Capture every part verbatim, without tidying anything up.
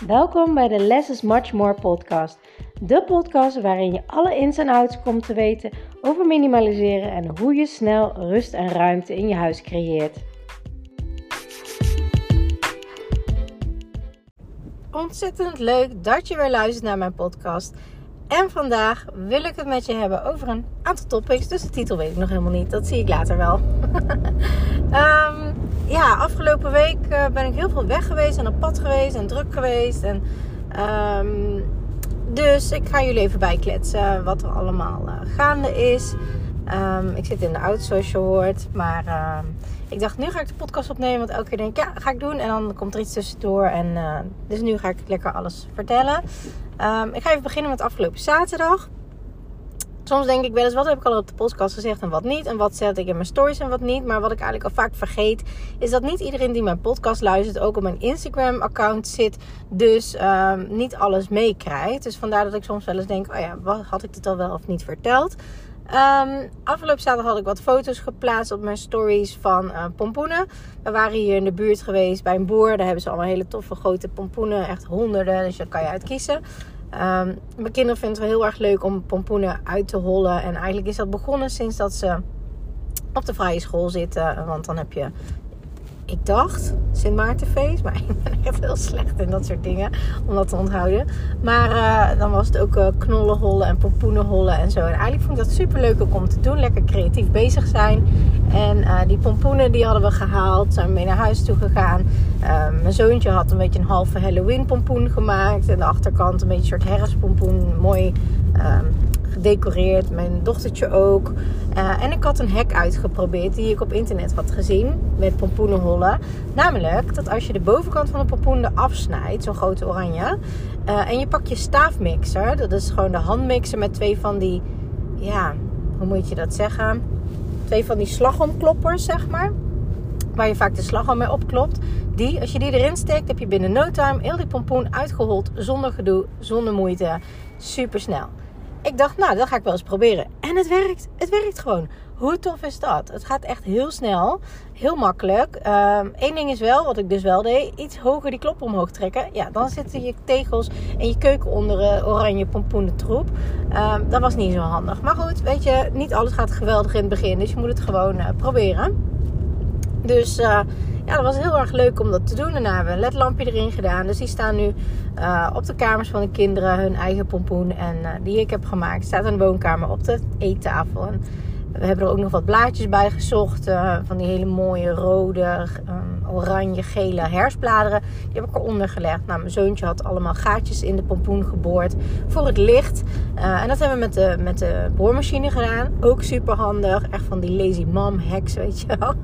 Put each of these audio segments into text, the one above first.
Welkom bij de Less is Much More podcast. De podcast waarin je alle ins en outs komt te weten over minimaliseren en hoe je snel rust en ruimte in je huis creëert. Ontzettend leuk dat je weer luistert naar mijn podcast. En vandaag wil ik het met je hebben over een aantal topics. Dus de titel weet ik nog helemaal niet. Dat zie ik later wel. um, ja, afgelopen week uh, ben ik heel veel weg geweest en op pad geweest en druk geweest. En, um, dus ik ga jullie even bijkletsen wat er allemaal uh, gaande is. Um, ik zit in de auto zoals je hoort. Maar uh, ik dacht, nu ga ik de podcast opnemen. Want elke keer denk ik, ja, ga ik doen. En dan komt er iets tussendoor. En, uh, dus nu ga ik lekker alles vertellen. Um, ik ga even beginnen met afgelopen zaterdag. Soms denk ik wel eens, wat heb ik al op de podcast gezegd en wat niet. En wat zet ik in mijn stories en wat niet. Maar wat ik eigenlijk al vaak vergeet, is dat niet iedereen die mijn podcast luistert ook op mijn Instagram account zit. Dus um, niet alles meekrijgt. Dus vandaar dat ik soms wel eens denk, oh ja, wat, had ik dit al wel of niet verteld? Um, afgelopen zaterdag had ik wat foto's geplaatst op mijn stories van uh, pompoenen. We waren hier in de buurt geweest bij een boer. Daar hebben ze allemaal hele toffe grote pompoenen. Echt honderden, dus dat kan je uitkiezen. Um, mijn kinderen vinden het wel heel erg leuk om pompoenen uit te hollen. En eigenlijk is dat begonnen sinds dat ze op de vrije school zitten. Want dan heb je, ik dacht, Sint Maartenfeest. Maar ik ben echt heel slecht in dat soort dingen. Om dat te onthouden. Maar uh, dan was het ook uh, knollen hollen en pompoenen hollen en zo. En eigenlijk vond ik dat super leuk om te doen. Lekker creatief bezig zijn. En uh, die pompoenen die hadden we gehaald. Zijn we mee naar huis toe gegaan. Uh, mijn zoontje had een beetje een halve Halloween pompoen gemaakt. En de achterkant een beetje een soort herfstpompoen. Mooi uh, gedecoreerd. Mijn dochtertje ook. Uh, en ik had een hack uitgeprobeerd die ik op internet had gezien. Met pompoenen hollen. Namelijk dat als je de bovenkant van de pompoen eraf snijdt. Zo'n grote oranje. Uh, en je pakt je staafmixer. Dat is gewoon de handmixer met twee van die... Ja, hoe moet je dat zeggen? Twee van die slagroomkloppers, zeg maar. Waar je vaak de slagroom mee opklopt. Die, als je die erin steekt, heb je binnen no time heel die pompoen uitgehold. Zonder gedoe, zonder moeite. Super snel. Ik dacht, nou, dat ga ik wel eens proberen. En het werkt. Het werkt gewoon. Hoe tof is dat? Het gaat echt heel snel. Heel makkelijk. Eén um, ding is wel, wat ik dus wel deed. Iets hoger die klop omhoog trekken. Ja, dan zitten je tegels en je keuken onder uh, oranje pompoenentroep. Um, dat was niet zo handig. Maar goed, weet je, niet alles gaat geweldig in het begin. Dus je moet het gewoon uh, proberen. Dus uh, ja, dat was heel erg leuk om dat te doen. Daarna hebben we een ledlampje erin gedaan. Dus die staan nu uh, op de kamers van de kinderen. Hun eigen pompoen. En uh, die ik heb gemaakt staat in de woonkamer op de eettafel. En we hebben er ook nog wat blaadjes bij gezocht. Uh, van die hele mooie rode, um, oranje, gele herfstbladeren. Die heb ik eronder gelegd. Nou, mijn zoontje had allemaal gaatjes in de pompoen geboord. Voor het licht. Uh, en dat hebben we met de, met de boormachine gedaan. Ook super handig. Echt van die lazy mom hacks, weet je wel.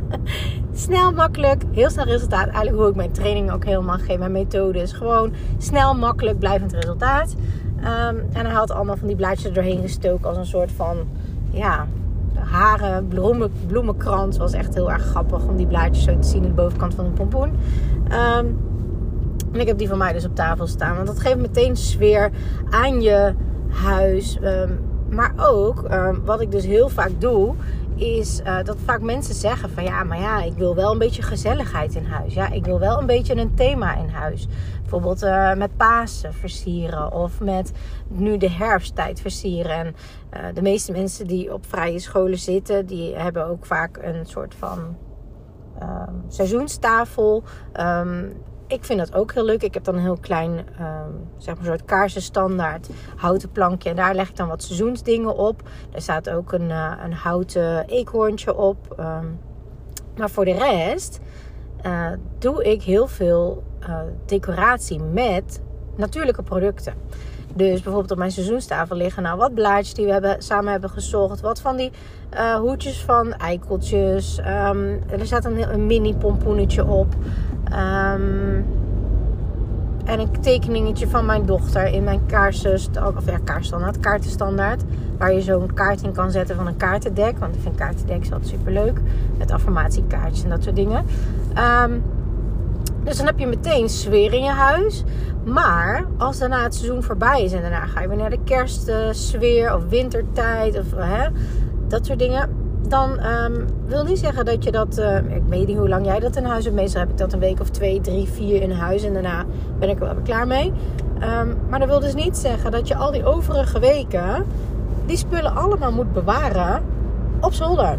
Snel, makkelijk. Heel snel resultaat. Eigenlijk hoe ik mijn training ook helemaal geef. Mijn methode is gewoon snel, makkelijk, blijvend resultaat. Um, en hij had allemaal van die blaadjes er doorheen gestoken. Als een soort van... Ja... haren, bloemen, bloemenkrans. Was echt heel erg grappig om die blaadjes zo te zien aan de bovenkant van de pompoen. Um, en ik heb die van mij dus op tafel staan. Want dat geeft meteen sfeer aan je huis. Um, maar ook, um, wat ik dus heel vaak doe, is uh, dat vaak mensen zeggen van ja, maar ja, ik wil wel een beetje gezelligheid in huis. Ja, ik wil wel een beetje een thema in huis. Bijvoorbeeld uh, met Pasen versieren of met nu de herfsttijd versieren. En uh, de meeste mensen die op vrije scholen zitten, die hebben ook vaak een soort van uh, seizoenstafel. Um, Ik vind dat ook heel leuk. Ik heb dan een heel klein, um, zeg maar, soort kaarsenstandaard houten plankje. En daar leg ik dan wat seizoensdingen op. Er staat ook een, uh, een houten eekhoorntje op. Um, maar voor de rest uh, doe ik heel veel uh, decoratie met natuurlijke producten. Dus bijvoorbeeld op mijn seizoenstafel liggen nou wat blaadjes die we hebben, samen hebben gezocht. Wat van die uh, hoedjes van eikeltjes. Um, er staat een, een mini pompoenetje op. Um, en een tekeningetje van mijn dochter in mijn kaarsenstandaard, of ja, kaarsenstandaard, kaartenstandaard. Waar je zo'n kaart in kan zetten van een kaartendek. Want ik vind kaartendeks altijd superleuk. Met affirmatiekaartjes en dat soort dingen. Um, dus dan heb je meteen sfeer in je huis. Maar als daarna het seizoen voorbij is en daarna ga je weer naar de kerstsfeer of wintertijd of hè, dat soort dingen. dan um, wil niet zeggen dat je dat... Uh, ik weet niet hoe lang jij dat in huis hebt. Meestal heb ik dat een week of twee, drie, vier in huis. En daarna ben ik er wel klaar mee. Um, maar dat wil dus niet zeggen dat je al die overige weken... die spullen allemaal moet bewaren op zolder.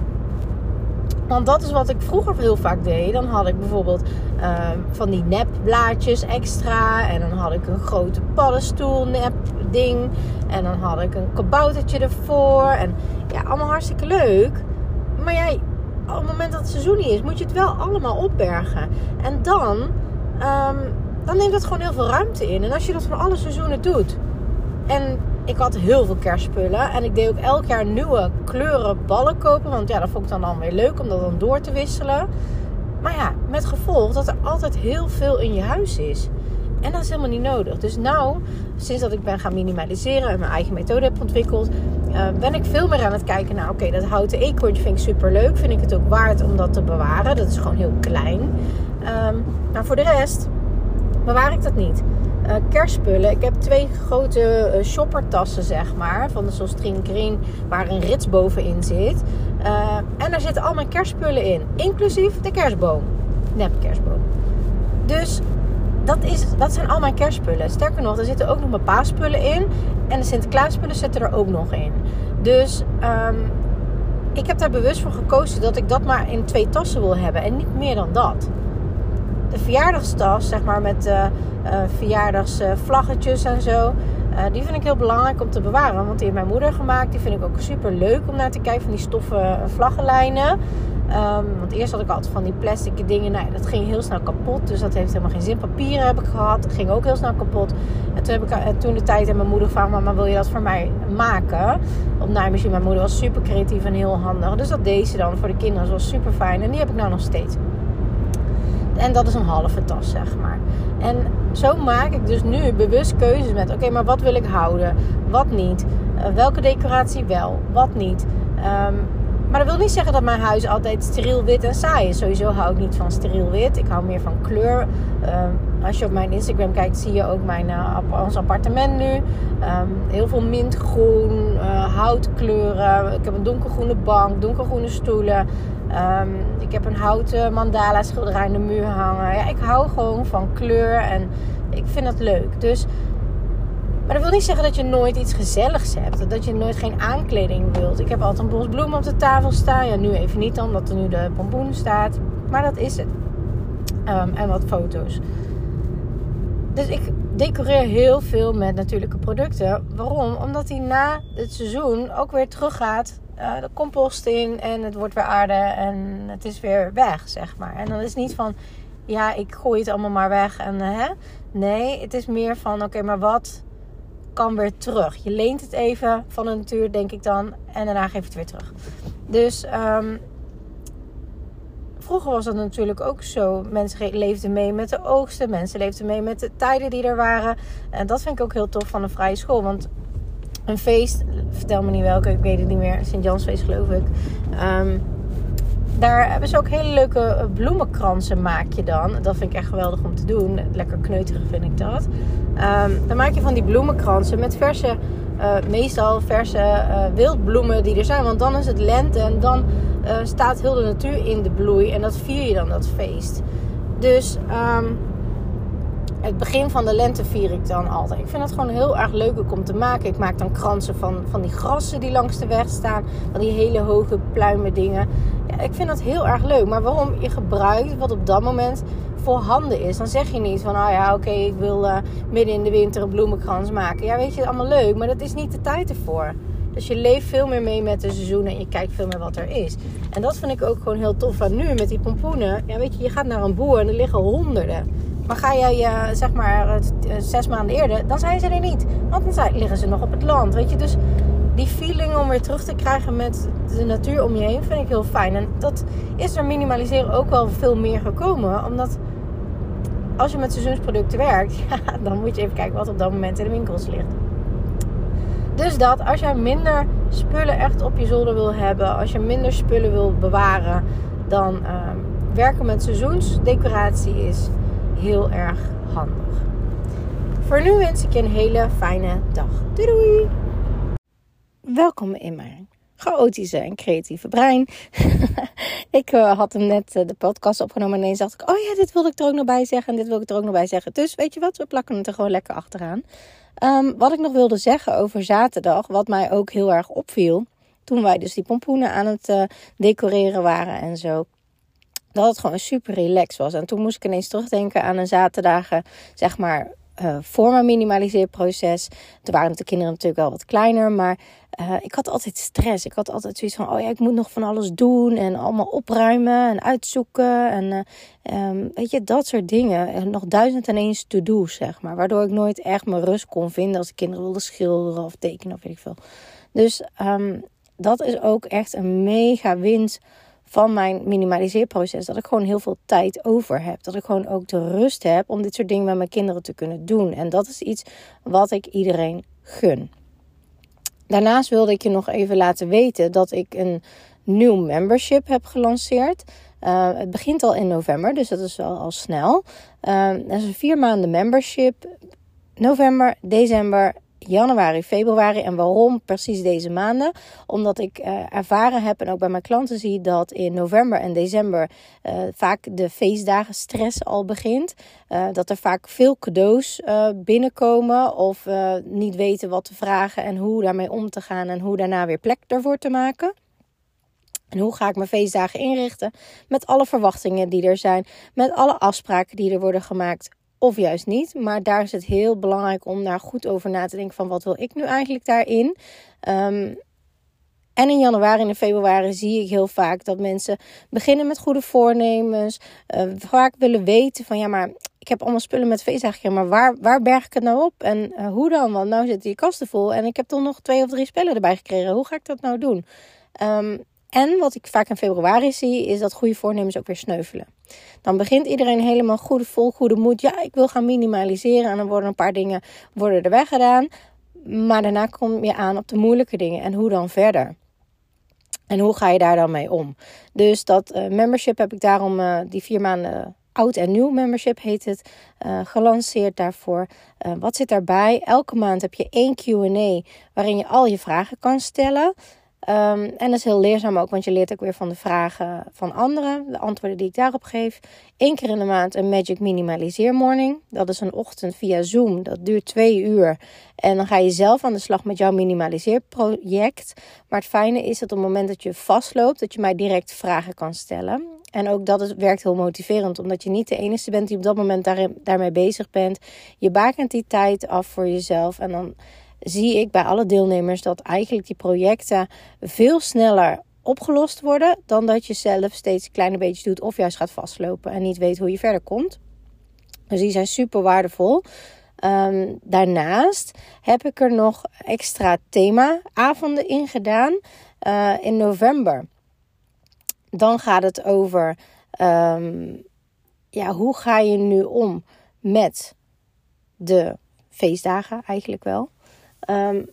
Want dat is wat ik vroeger heel vaak deed. Dan had ik bijvoorbeeld uh, van die nepblaadjes extra. En dan had ik een grote paddenstoel nep ding. En dan had ik een kaboutertje ervoor. En ja, allemaal hartstikke leuk. Maar jij, op het moment dat het seizoen niet is, moet je het wel allemaal opbergen. En dan, um, dan neemt dat gewoon heel veel ruimte in. En als je dat van alle seizoenen doet. En ik had heel veel kerstspullen. En ik deed ook elk jaar nieuwe kleuren ballen kopen. Want ja, dat vond ik dan, dan weer leuk om dat dan door te wisselen. Maar ja, met gevolg dat er altijd heel veel in je huis is. En dat is helemaal niet nodig. Dus nou, sinds dat ik ben gaan minimaliseren en mijn eigen methode heb ontwikkeld, uh, ben ik veel meer aan het kijken naar, oké, okay, dat houten eekhoorntje vind ik super leuk. Vind ik het ook waard om dat te bewaren. Dat is gewoon heel klein. Um, maar voor de rest bewaar ik dat niet. Uh, kerstspullen. Ik heb twee grote uh, shoppertassen, zeg maar. Van de Solstrin Green, waar een rits bovenin zit. Uh, en daar zitten al mijn kerstspullen in. Inclusief de kerstboom. Nep kerstboom. Dus dat, is, dat zijn al mijn kerstspullen. Sterker nog, er zitten ook nog mijn paasspullen in. En de Sinterklaasspullen zitten er ook nog in. Dus um, ik heb daar bewust voor gekozen dat ik dat maar in twee tassen wil hebben. En niet meer dan dat. De verjaardagstas, zeg maar, met uh, uh, verjaardagsvlaggetjes en zo. Uh, die vind ik heel belangrijk om te bewaren. Want die heeft mijn moeder gemaakt. Die vind ik ook super leuk om naar te kijken. Van die stoffen vlaggenlijnen. Um, want eerst had ik altijd van die plastic dingen. Nou, dat ging heel snel kapot. Dus dat heeft helemaal geen zin. Papieren heb ik gehad. Dat ging ook heel snel kapot. En toen heb ik uh, toen de tijd aan mijn moeder gevraagd. Mama, wil je dat voor mij maken? Op naaimachine. Mijn moeder was super creatief en heel handig. Dus dat deed ze dan voor de kinderen. Dat was super fijn. En die heb ik nou nog steeds. En dat is een halve tas, zeg maar. En zo maak ik dus nu bewust keuzes met... Oké, okay, maar wat wil ik houden? Wat niet? Uh, welke decoratie wel? Wat niet? Um, maar dat wil niet zeggen dat mijn huis altijd steriel wit en saai is. Sowieso hou ik niet van steriel wit. Ik hou meer van kleur. Uh, als je op mijn Instagram kijkt, zie je ook mijn, uh, ons appartement nu. Um, heel veel mintgroen, uh, houtkleuren. Ik heb een donkergroene bank, donkergroene stoelen. Um, ik heb een houten mandala schilderij aan de muur hangen. Ja, ik hou gewoon van kleur en ik vind dat leuk. Dus, maar dat wil niet zeggen dat je nooit iets gezelligs hebt. Dat je nooit geen aankleding wilt. Ik heb altijd een bos bloemen op de tafel staan. Ja, nu even niet dan, omdat er nu de pompoen staat. Maar dat is het. Um, en wat foto's. Dus ik decoreer heel veel met natuurlijke producten. Waarom? Omdat die na het seizoen ook weer teruggaat. Uh, de compost in en het wordt weer aarde en het is weer weg, zeg maar. En dan is het niet van, ja, ik gooi het allemaal maar weg. En, uh, hè? Nee, het is meer van, oké, okay, maar wat kan weer terug? Je leent het even van de natuur, denk ik dan, en daarna geef je het weer terug. Dus um, vroeger was dat natuurlijk ook zo. Mensen leefden mee met de oogsten, mensen leefden mee met de tijden die er waren. En dat vind ik ook heel tof van een vrije school, want een feest, vertel me niet welke, ik weet het niet meer. Sint-Jansfeest geloof ik. Um, daar hebben ze ook hele leuke bloemenkransen maak je dan. Dat vind ik echt geweldig om te doen. Lekker kneuterig vind ik dat. Um, dan maak je van die bloemenkransen met verse, uh, meestal verse uh, wildbloemen die er zijn. Want dan is het lente en dan uh, staat heel de natuur in de bloei. En dat vier je dan, dat feest. Dus Um, het begin van de lente vier ik dan altijd. Ik vind het gewoon heel erg leuk ook om te maken. Ik maak dan kransen van, van die grassen die langs de weg staan. Van die hele hoge pluimen dingen. Ja, ik vind dat heel erg leuk. Maar waarom? Je gebruikt wat op dat moment voorhanden is. Dan zeg je niet van, nou oh ja, oké, okay, ik wil uh, midden in de winter een bloemenkrans maken. Ja, weet je, allemaal leuk. Maar dat is niet de tijd ervoor. Dus je leeft veel meer mee met de seizoenen en je kijkt veel meer wat er is. En dat vind ik ook gewoon heel tof aan nu met die pompoenen. Ja, weet je, je gaat naar een boer en er liggen honderden. Maar ga jij, uh, zeg maar, uh, zes maanden eerder, dan zijn ze er niet. Want dan zijn, liggen ze nog op het land, weet je. Dus die feeling om weer terug te krijgen met de natuur om je heen vind ik heel fijn. En dat is er minimaliseren ook wel veel meer gekomen. Omdat als je met seizoensproducten werkt, ja, dan moet je even kijken wat op dat moment in de winkels ligt. Dus dat, als jij minder spullen echt op je zolder wil hebben, als je minder spullen wil bewaren, dan uh, werken met seizoensdecoratie is heel erg handig. Voor nu wens ik je een hele fijne dag. Doei doei! Welkom in mijn chaotische en creatieve brein. ik uh, had hem net uh, de podcast opgenomen en ineens dacht ik, oh ja, dit wilde ik er ook nog bij zeggen en dit wil ik er ook nog bij zeggen. Dus weet je wat, we plakken het er gewoon lekker achteraan. Um, wat ik nog wilde zeggen over zaterdag, wat mij ook heel erg opviel, toen wij dus die pompoenen aan het uh, decoreren waren en zo, dat het gewoon super relaxed was. En toen moest ik ineens terugdenken aan een zaterdagen, zeg maar, uh, voor mijn minimaliseerproces. Toen waren de kinderen natuurlijk wel wat kleiner, maar uh, ik had altijd stress. Ik had altijd zoiets van, oh ja, ik moet nog van alles doen en allemaal opruimen en uitzoeken. En uh, um, weet je, dat soort dingen. En nog duizend en eens to-do's, zeg maar. Waardoor ik nooit echt mijn rust kon vinden als de kinderen wilden schilderen of tekenen of weet ik veel. Dus um, dat is ook echt een mega winst van mijn minimaliseerproces. Dat ik gewoon heel veel tijd over heb. Dat ik gewoon ook de rust heb om dit soort dingen met mijn kinderen te kunnen doen. En dat is iets wat ik iedereen gun. Daarnaast wilde ik je nog even laten weten dat ik een nieuw membership heb gelanceerd. Uh, het begint al in november, dus dat is wel al snel. Uh, dat is een vier maanden membership. November, december, januari, februari. En waarom precies deze maanden? Omdat ik uh, ervaren heb en ook bij mijn klanten zie dat in november en december uh, vaak de feestdagen stress al begint. Uh, dat er vaak veel cadeaus uh, binnenkomen of uh, niet weten wat te vragen en hoe daarmee om te gaan en hoe daarna weer plek ervoor te maken. En hoe ga ik mijn feestdagen inrichten met alle verwachtingen die er zijn, met alle afspraken die er worden gemaakt. Of juist niet. Maar daar is het heel belangrijk om daar goed over na te denken van wat wil ik nu eigenlijk daarin. Um, en in januari en in februari zie ik heel vaak dat mensen beginnen met goede voornemens. Uh, vaak willen weten van ja, maar ik heb allemaal spullen met feestdagen. Maar waar, waar berg ik het nou op? En uh, hoe dan? Want nou zitten die kasten vol. En ik heb toch nog twee of drie spellen erbij gekregen. Hoe ga ik dat nou doen? Um, En wat ik vaak in februari zie, is dat goede voornemens ook weer sneuvelen. Dan begint iedereen helemaal goed, vol goede moed. Ja, ik wil gaan minimaliseren. En dan worden een paar dingen worden er weggedaan. Maar daarna kom je aan op de moeilijke dingen. En hoe dan verder? En hoe ga je daar dan mee om? Dus dat uh, membership heb ik daarom, uh, die vier maanden oud en nieuw membership heet het, uh, gelanceerd daarvoor. Uh, wat zit daarbij? Elke maand heb je één Q en A waarin je al je vragen kan stellen. Um, en dat is heel leerzaam ook, want je leert ook weer van de vragen van anderen. De antwoorden die ik daarop geef. Eén keer in de maand een Magic Minimaliseer Morning. Dat is een ochtend via Zoom. Dat duurt twee uur. En dan ga je zelf aan de slag met jouw minimaliseerproject. Maar het fijne is dat op het moment dat je vastloopt, dat je mij direct vragen kan stellen. En ook dat is, werkt heel motiverend, omdat je niet de enige bent die op dat moment daarin, daarmee bezig bent. Je bakent die tijd af voor jezelf en dan zie ik bij alle deelnemers dat eigenlijk die projecten veel sneller opgelost worden dan dat je zelf steeds kleine beetjes doet of juist gaat vastlopen en niet weet hoe je verder komt. Dus die zijn super waardevol. Um, daarnaast heb ik er nog extra thema-avonden in gedaan uh, in november. Dan gaat het over um, ja, hoe ga je nu om met de feestdagen eigenlijk wel. Um,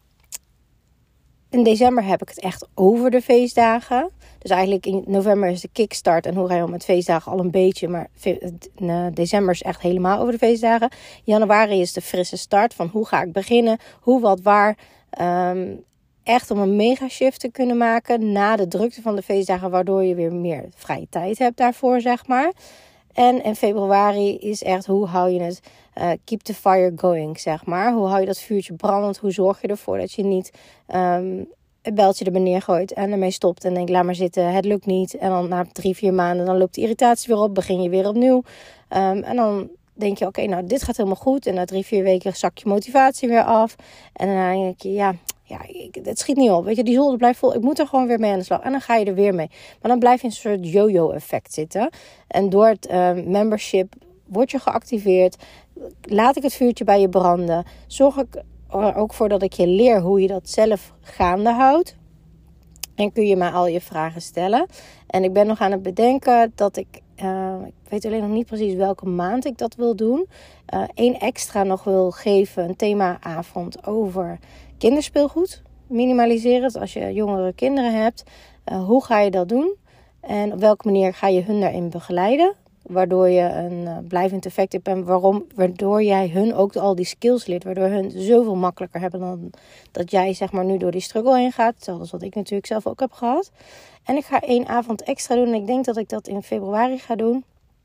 in december heb ik het echt over de feestdagen. Dus eigenlijk in november is de kickstart en hoe ga je om met feestdagen al een beetje. Maar december is echt helemaal over de feestdagen. Januari is de frisse start van hoe ga ik beginnen, hoe, wat, waar. Um, echt om een mega shift te kunnen maken na de drukte van de feestdagen. Waardoor je weer meer vrije tijd hebt daarvoor, zeg maar. En in februari is echt hoe hou je het, uh, keep the fire going, zeg maar. Hoe hou je dat vuurtje brandend? Hoe zorg je ervoor dat je niet um, een beltje er beneden gooit en ermee stopt en denkt, laat maar zitten, het lukt niet. En dan na drie, vier maanden, dan loopt de irritatie weer op, begin je weer opnieuw. Um, en dan denk je, oké, okay, nou dit gaat helemaal goed. En na drie, vier weken zak je motivatie weer af. En daarna denk je, ja... Ja, ik, het schiet niet op. Weet je, die zolder blijft vol. Ik moet er gewoon weer mee aan de slag. En dan ga je er weer mee. Maar dan blijf je in een soort yo-yo effect zitten. En door het uh, membership word je geactiveerd. Laat ik het vuurtje bij je branden. Zorg ik er ook voor dat ik je leer hoe je dat zelf gaande houdt. En kun je mij al je vragen stellen. En ik ben nog aan het bedenken dat ik... Uh, ik weet alleen nog niet precies welke maand ik dat wil doen. Uh, één extra nog wil geven. Een themaavond over kinderspeelgoed. Minimaliseren. Dus als je jongere kinderen hebt. Uh, hoe ga je dat doen? En op welke manier ga je hun daarin begeleiden? Waardoor je een uh, blijvend effect hebt. En waarom, waardoor jij hun ook al die skills leert. Waardoor hun zoveel makkelijker hebben dan dat jij zeg maar nu door die struggle heen gaat. Hetzelfde als wat ik natuurlijk zelf ook heb gehad. En ik ga één avond extra doen. En ik denk dat ik dat in februari ga doen.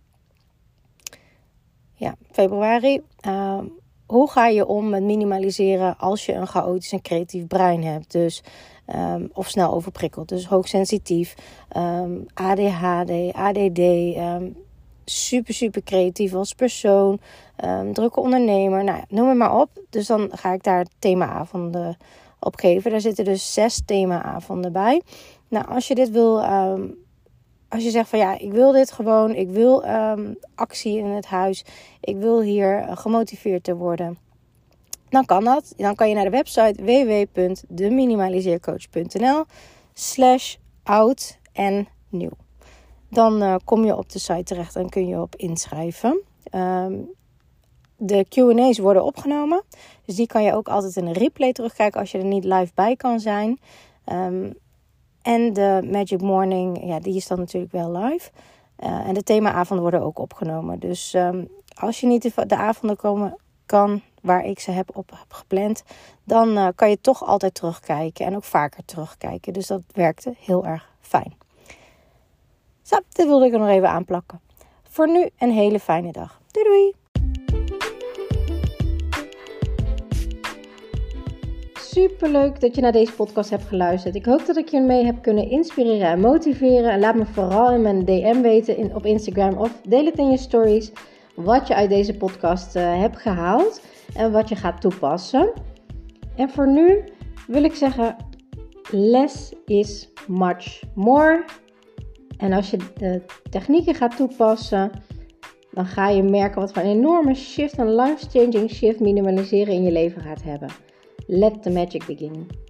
Ja, februari. Uh, hoe ga je om met minimaliseren als je een chaotisch en creatief brein hebt? Dus, um, of snel overprikkeld. Dus hoogsensitief. Um, A D H D, A D D. Um, super, super creatief als persoon. Um, drukke ondernemer. Nou ja, noem het maar op. Dus dan ga ik daar themaavonden op geven. Daar zitten dus zes themaavonden bij. Nou, als je dit wil... Um, Als je zegt van ja, ik wil dit gewoon. Ik wil um, actie in het huis. Ik wil hier uh, gemotiveerd te worden. Dan kan dat. Dan kan je naar de website w w w punt de minimaliseercoach punt n l slash oud en nieuw. Dan uh, kom je op de site terecht en kun je op inschrijven. Um, de Q en A's worden opgenomen. Dus die kan je ook altijd in een replay terugkijken als je er niet live bij kan zijn. Um, En de Magic Morning, ja, die is dan natuurlijk wel live. Uh, en de themaavonden worden ook opgenomen. Dus um, als je niet de, de avonden komen kan waar ik ze heb op heb gepland, dan uh, kan je toch altijd terugkijken. En ook vaker terugkijken. Dus dat werkte heel erg fijn. Zo, dit wilde ik er nog even aanplakken. Voor nu een hele fijne dag. Doei doei! Superleuk dat je naar deze podcast hebt geluisterd. Ik hoop dat ik je mee heb kunnen inspireren en motiveren. En laat me vooral in mijn D M weten in, op Instagram of deel het in je stories wat je uit deze podcast uh, hebt gehaald en wat je gaat toepassen. En voor nu wil ik zeggen, less is much more. En als je de technieken gaat toepassen, dan ga je merken wat voor een enorme shift, een life-changing shift minimaliseren in je leven gaat hebben. Let the magic begin.